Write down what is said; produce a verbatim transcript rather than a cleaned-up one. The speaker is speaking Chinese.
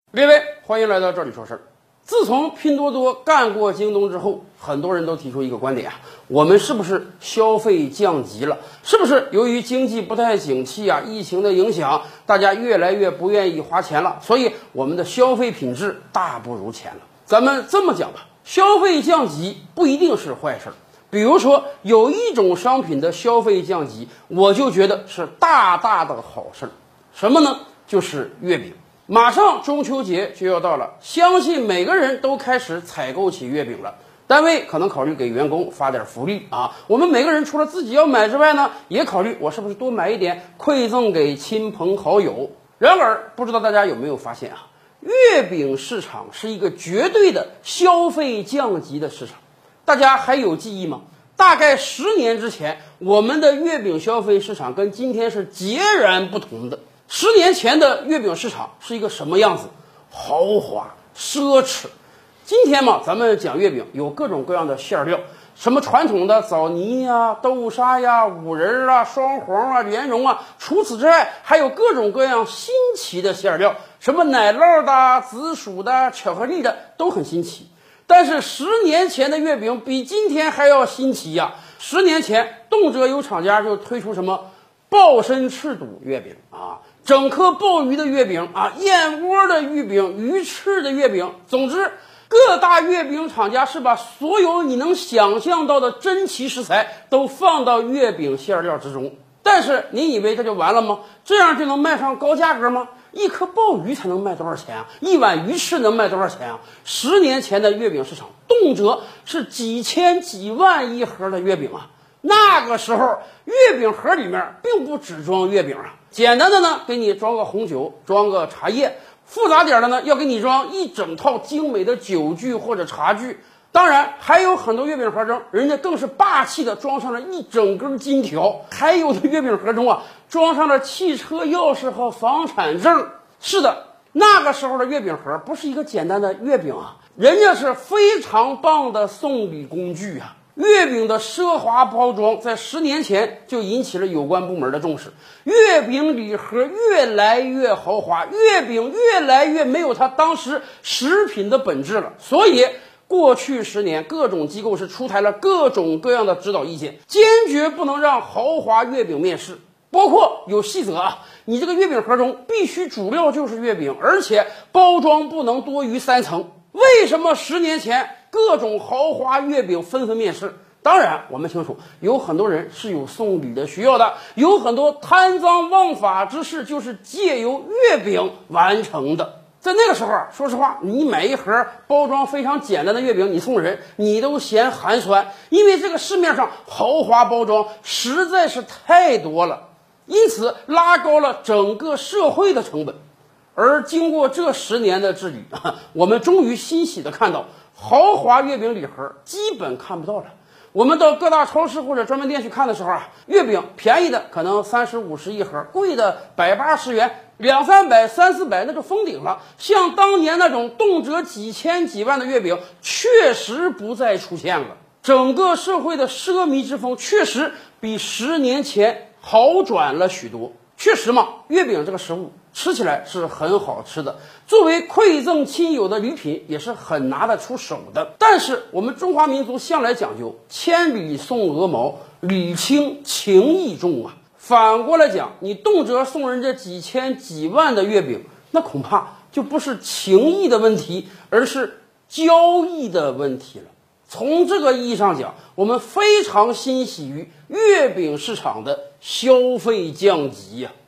各位，欢迎来到这里说事儿。自从拼多多干过京东之后，很多人都提出一个观点啊，我们是不是消费降级了？是不是由于经济不太景气啊，疫情的影响，大家越来越不愿意花钱了，所以我们的消费品质大不如前了？咱们这么讲吧，消费降级不一定是坏事儿。比如说，有一种商品的消费降级，我就觉得是大大的好事儿。什么呢？就是月饼。马上中秋节就要到了，相信每个人都开始采购起月饼了。单位可能考虑给员工发点福利啊，我们每个人除了自己要买之外呢，也考虑我是不是多买一点馈赠给亲朋好友。然而，不知道大家有没有发现啊，月饼市场是一个绝对的消费降级的市场。大家还有记忆吗？大概十年之前，我们的月饼消费市场跟今天是截然不同的。十年前的月饼市场是一个什么样子？豪华奢侈。今天嘛，咱们讲月饼有各种各样的馅料，什么传统的枣泥呀、豆沙呀、五仁啊、双黄啊、莲蓉啊。除此之外，还有各种各样新奇的馅料，什么奶酪的、紫薯的、巧克力的，都很新奇。但是十年前的月饼比今天还要新奇呀！十年前，动辄有厂家就推出什么鲍参翅肚月饼啊，整颗鲍鱼的月饼啊，燕窝的月饼，鱼翅的月饼。总之，各大月饼厂家是把所有你能想象到的珍奇食材都放到月饼馅料之中。但是你以为这就完了吗？这样就能卖上高价格吗？一颗鲍鱼才能卖多少钱啊？一碗鱼翅能卖多少钱啊？十年前的月饼市场，动辄是几千几万一盒的月饼啊！那个时候，月饼盒里面并不只装月饼啊，简单的呢，给你装个红酒，装个茶叶；复杂点的呢，要给你装一整套精美的酒具或者茶具。当然，还有很多月饼盒中，人家更是霸气的装上了一整根金条，还有的月饼盒中啊，装上了汽车钥匙和房产证。是的，那个时候的月饼盒不是一个简单的月饼啊，人家是非常棒的送礼工具啊。月饼的奢华包装在十年前就引起了有关部门的重视，月饼礼盒越来越豪华，月饼越来越没有它当时食品的本质了。所以过去十年，各种机构是出台了各种各样的指导意见，坚决不能让豪华月饼面世。包括有细则啊，你这个月饼盒中必须主料就是月饼，而且包装不能多于三层。为什么十年前各种豪华月饼纷纷面世？当然，我们清楚有很多人是有送礼的需要的，有很多贪赃枉法之事就是借由月饼完成的。在那个时候啊，说实话，你买一盒包装非常简单的月饼，你送人，你都嫌寒酸，因为这个市面上豪华包装实在是太多了，因此拉高了整个社会的成本。而经过这十年的治理，我们终于欣喜地看到，豪华月饼礼盒基本看不到了。我们到各大超市或者专卖店去看的时候啊，月饼便宜的可能三十五十一盒，贵的百八十元，两三百、三四百那就封顶了。像当年那种动辄几千几万的月饼，确实不再出现了。整个社会的奢靡之风确实比十年前好转了许多。确实嘛，月饼这个食物吃起来是很好吃的，作为馈赠亲友的礼品也是很拿得出手的。但是我们中华民族向来讲究千里送鹅毛，礼轻情意重啊。反过来讲，你动辄送人这几千几万的月饼，那恐怕就不是情义的问题，而是交易的问题了。从这个意义上讲，我们非常欣喜于月饼市场的消费降级呀、啊。